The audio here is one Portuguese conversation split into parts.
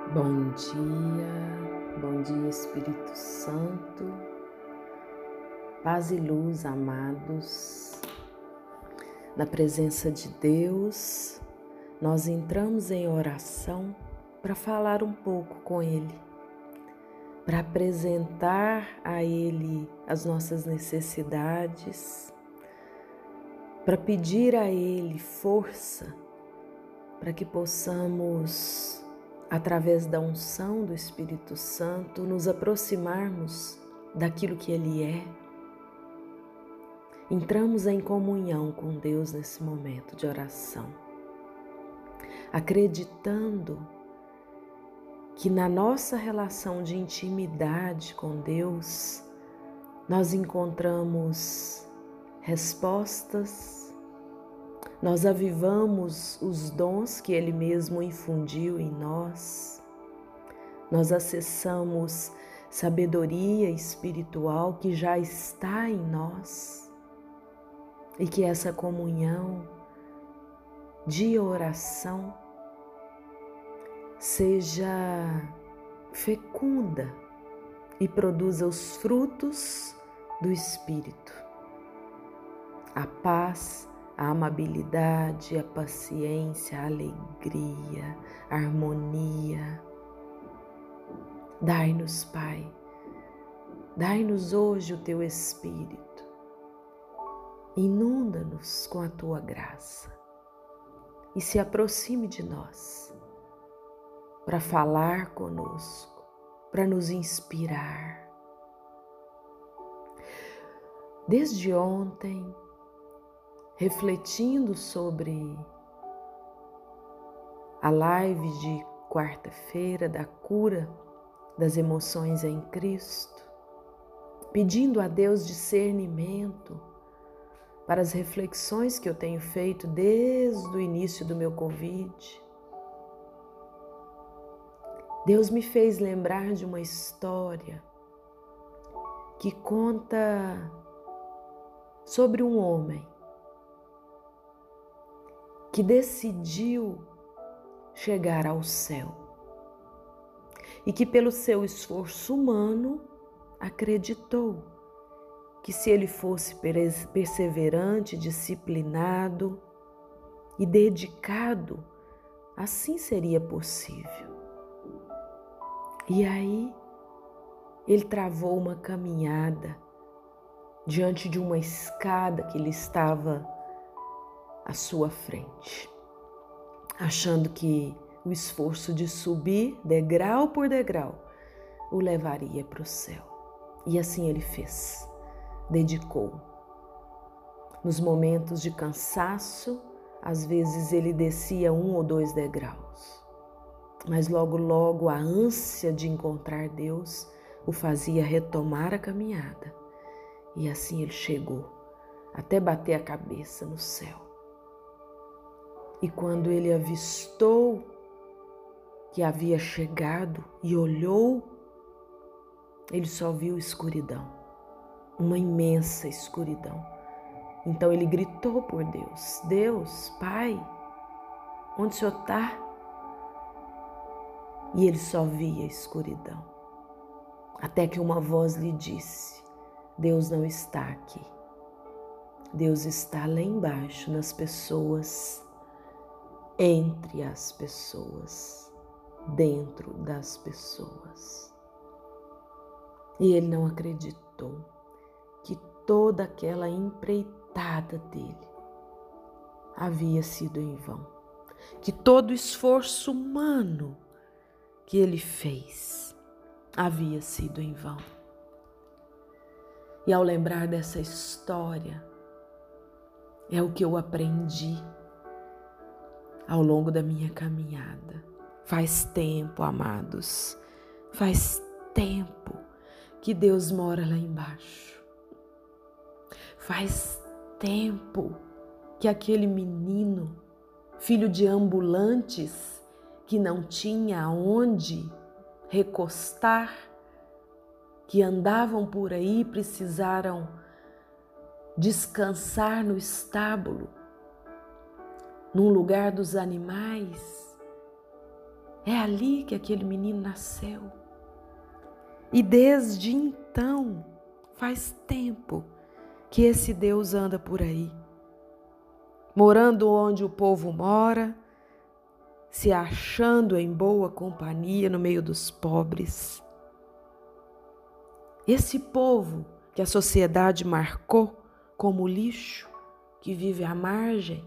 Bom dia Espírito Santo, paz e luz, amados. Na presença de Deus, nós entramos em oração para falar um pouco com Ele, para apresentar a Ele as nossas necessidades, para pedir a Ele força para que possamos, através da unção do Espírito Santo, nos aproximarmos daquilo que Ele é. Entramos em comunhão com Deus nesse momento de oração, acreditando que na nossa relação de intimidade com Deus, nós encontramos respostas, nós avivamos os dons que Ele mesmo infundiu em nós, nós acessamos sabedoria espiritual que já está em nós e que essa comunhão de oração seja fecunda e produza os frutos do Espírito, a paz, a amabilidade, a paciência, a alegria, a harmonia. Dai-nos, Pai, dai-nos hoje o Teu Espírito, inunda-nos com a Tua graça e se aproxime de nós para falar conosco, para nos inspirar. Desde ontem, refletindo sobre a live de quarta-feira da cura das emoções em Cristo, pedindo a Deus discernimento para as reflexões que eu tenho feito desde o início do meu Covid, Deus me fez lembrar de uma história que conta sobre um homem que decidiu chegar ao céu e que pelo seu esforço humano acreditou que se ele fosse perseverante, disciplinado e dedicado, assim seria possível. E aí ele travou uma caminhada diante de uma escada que lhe estava à sua frente, achando que o esforço de subir degrau por degrau o levaria para o céu. E assim ele fez, dedicou. Nos momentos de cansaço, às vezes ele descia 1 ou 2 degraus, mas logo a ânsia de encontrar Deus o fazia retomar a caminhada. E assim ele chegou até bater a cabeça no céu. E quando ele avistou que havia chegado e olhou, ele só viu escuridão, uma imensa escuridão. Então ele gritou por Deus: Deus, Pai, onde o Senhor está? E ele só via escuridão. Até que uma voz lhe disse: Deus não está aqui. Deus está lá embaixo, nas pessoas, entre as pessoas, dentro das pessoas. E ele não acreditou que toda aquela empreitada dele havia sido em vão, que todo o esforço humano que ele fez havia sido em vão. E ao lembrar dessa história, é o que eu aprendi ao longo da minha caminhada. Faz tempo, amados, faz tempo que Deus mora lá embaixo. Faz tempo que aquele menino, filho de ambulantes, que não tinha aonde recostar, que andavam por aí, precisaram descansar no estábulo, num lugar dos animais, É ali que aquele menino nasceu. E desde então, faz tempo que esse Deus anda por aí, morando onde o povo mora, se achando em boa companhia no meio dos pobres. Esse povo que a sociedade marcou como lixo, que vive à margem.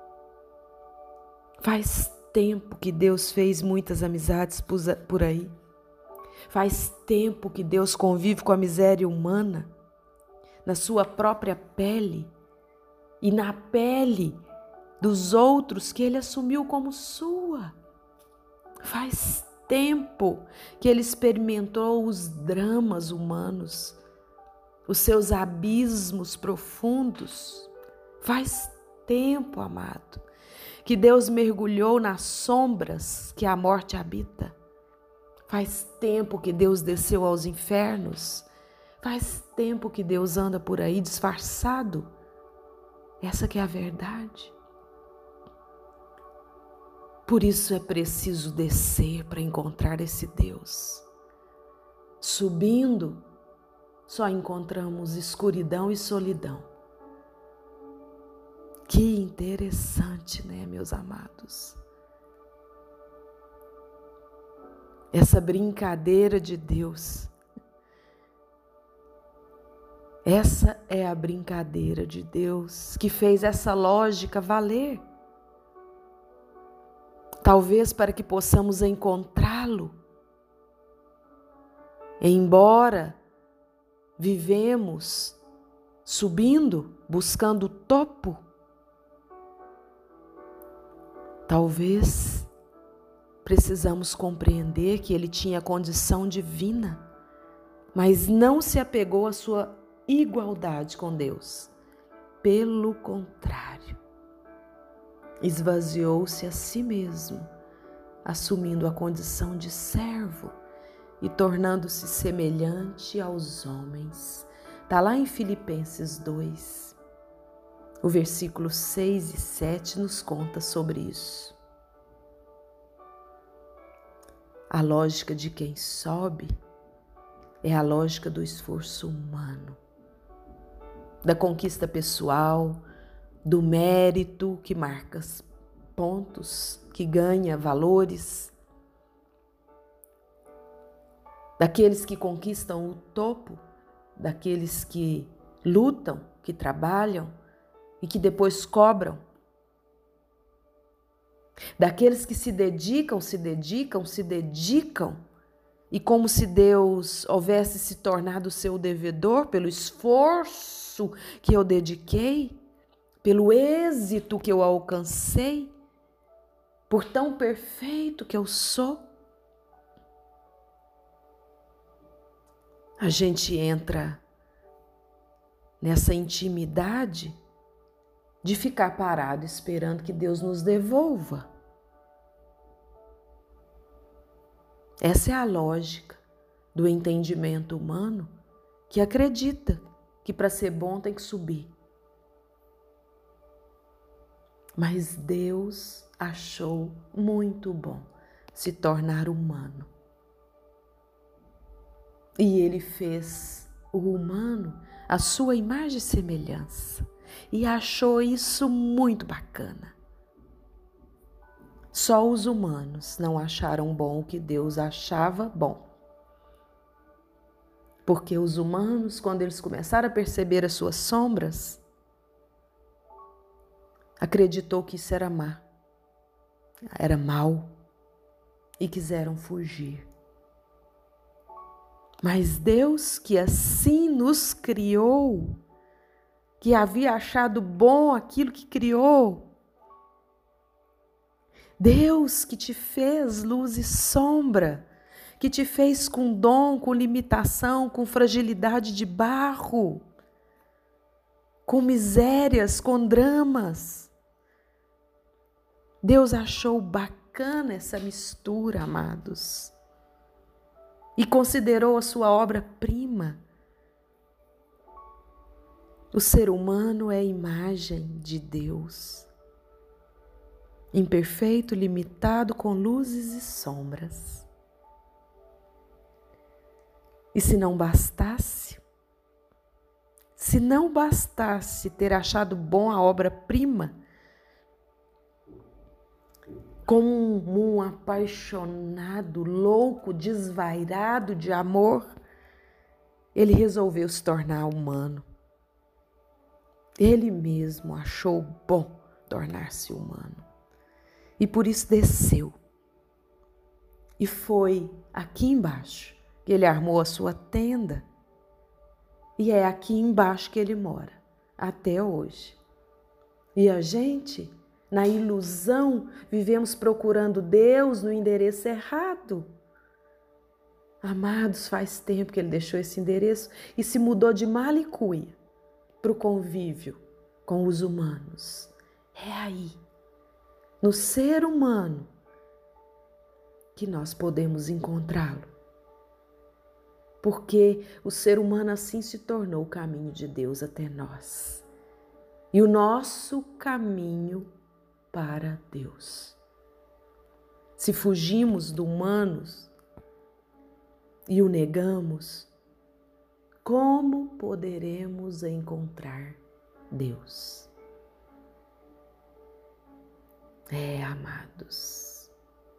Faz tempo que Deus fez muitas amizades por aí. Faz tempo que Deus convive com a miséria humana, na sua própria pele e na pele dos outros que Ele assumiu como sua. Faz tempo que Ele experimentou os dramas humanos, os seus abismos profundos. Faz tempo, amado, que Deus mergulhou nas sombras que a morte habita. Faz tempo que Deus desceu aos infernos. Faz tempo que Deus anda por aí disfarçado. Essa que é a verdade. Por isso é preciso descer para encontrar esse Deus. Subindo, só encontramos escuridão e solidão. Que interessante, né, meus amados? Essa brincadeira de Deus. Essa é a brincadeira de Deus que fez essa lógica valer. Talvez para que possamos encontrá-lo. Embora vivemos subindo, buscando o topo, talvez precisamos compreender que ele tinha condição divina, mas não se apegou à sua igualdade com Deus. Pelo contrário, esvaziou-se a si mesmo, assumindo a condição de servo e tornando-se semelhante aos homens. Está lá em Filipenses 2, o versículo 6 e 7 nos conta sobre isso. A lógica de quem sobe é a lógica do esforço humano, da conquista pessoal, do mérito que marca pontos, que ganha valores, daqueles que conquistam o topo, daqueles que lutam, que trabalham e que depois cobram, daqueles que se dedicam e como se Deus houvesse se tornado seu devedor pelo esforço que eu dediquei, pelo êxito que eu alcancei, por tão perfeito que eu sou. A gente entra nessa intimidade de ficar parado esperando que Deus nos devolva. Essa é a lógica do entendimento humano que acredita que para ser bom tem que subir. Mas Deus achou muito bom se tornar humano. E Ele fez o humano à sua imagem e semelhança. E achou isso muito bacana. Só os humanos não acharam bom o que Deus achava bom. Porque os humanos, quando eles começaram a perceber as suas sombras, acreditou que isso era mal e quiseram fugir. Mas Deus, que assim nos criou, que havia achado bom aquilo que criou, Deus que te fez luz e sombra, que te fez com dom, com limitação, com fragilidade de barro, com misérias, com dramas. Deus achou bacana essa mistura, amados, e considerou a sua obra-prima. O ser humano é a imagem de Deus. imperfeito, limitado, com luzes e sombras. E se não bastasse ter achado bom a obra-prima, como um apaixonado, louco, desvairado de amor, ele resolveu se tornar humano. Ele mesmo achou bom tornar-se humano. E por isso desceu. E foi aqui embaixo que ele armou a sua tenda. E é aqui embaixo que ele mora, até hoje. E a gente, na ilusão, vivemos procurando Deus no endereço errado. Amados, faz tempo que ele deixou esse endereço e se mudou de Malicuia para o convívio com os humanos. É aí, no ser humano, que nós podemos encontrá-lo. Porque o ser humano assim se tornou o caminho de Deus até nós. E o nosso caminho para Deus. Se fugimos do humano e o negamos, como poderemos encontrar Deus? Amados,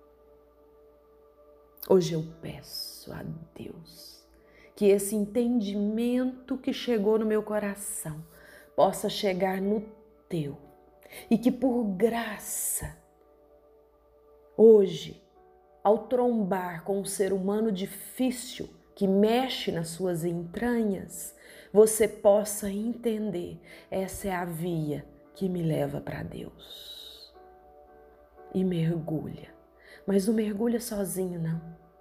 hoje eu peço a Deus que esse entendimento que chegou no meu coração possa chegar no teu e que por graça, hoje, ao trombar com um ser humano difícil que mexe nas suas entranhas, você possa entender, essa é a via que me leva para Deus. E mergulha, mas não mergulha sozinho, não.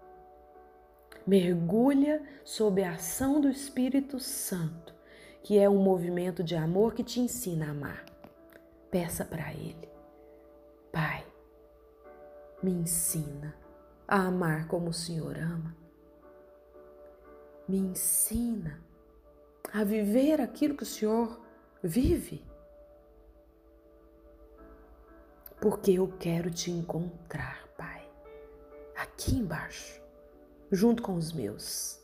Mergulha sob a ação do Espírito Santo, que é um movimento de amor que te ensina a amar. Peça para Ele: Pai, me ensina a amar como o Senhor ama. Me ensina a viver aquilo que o Senhor vive. Porque eu quero te encontrar, Pai, aqui embaixo, junto com os meus,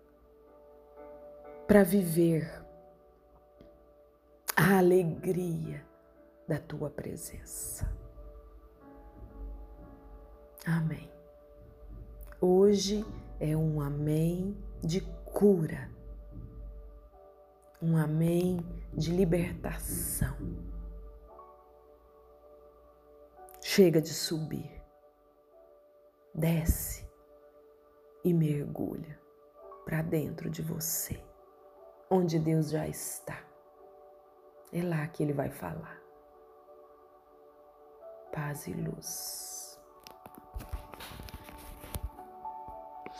para viver a alegria da tua presença. Amém. Hoje é um amém de cura, um amém de libertação. Chega de subir, desce e mergulha para dentro de você, onde Deus já está. É lá que Ele vai falar. Paz e luz.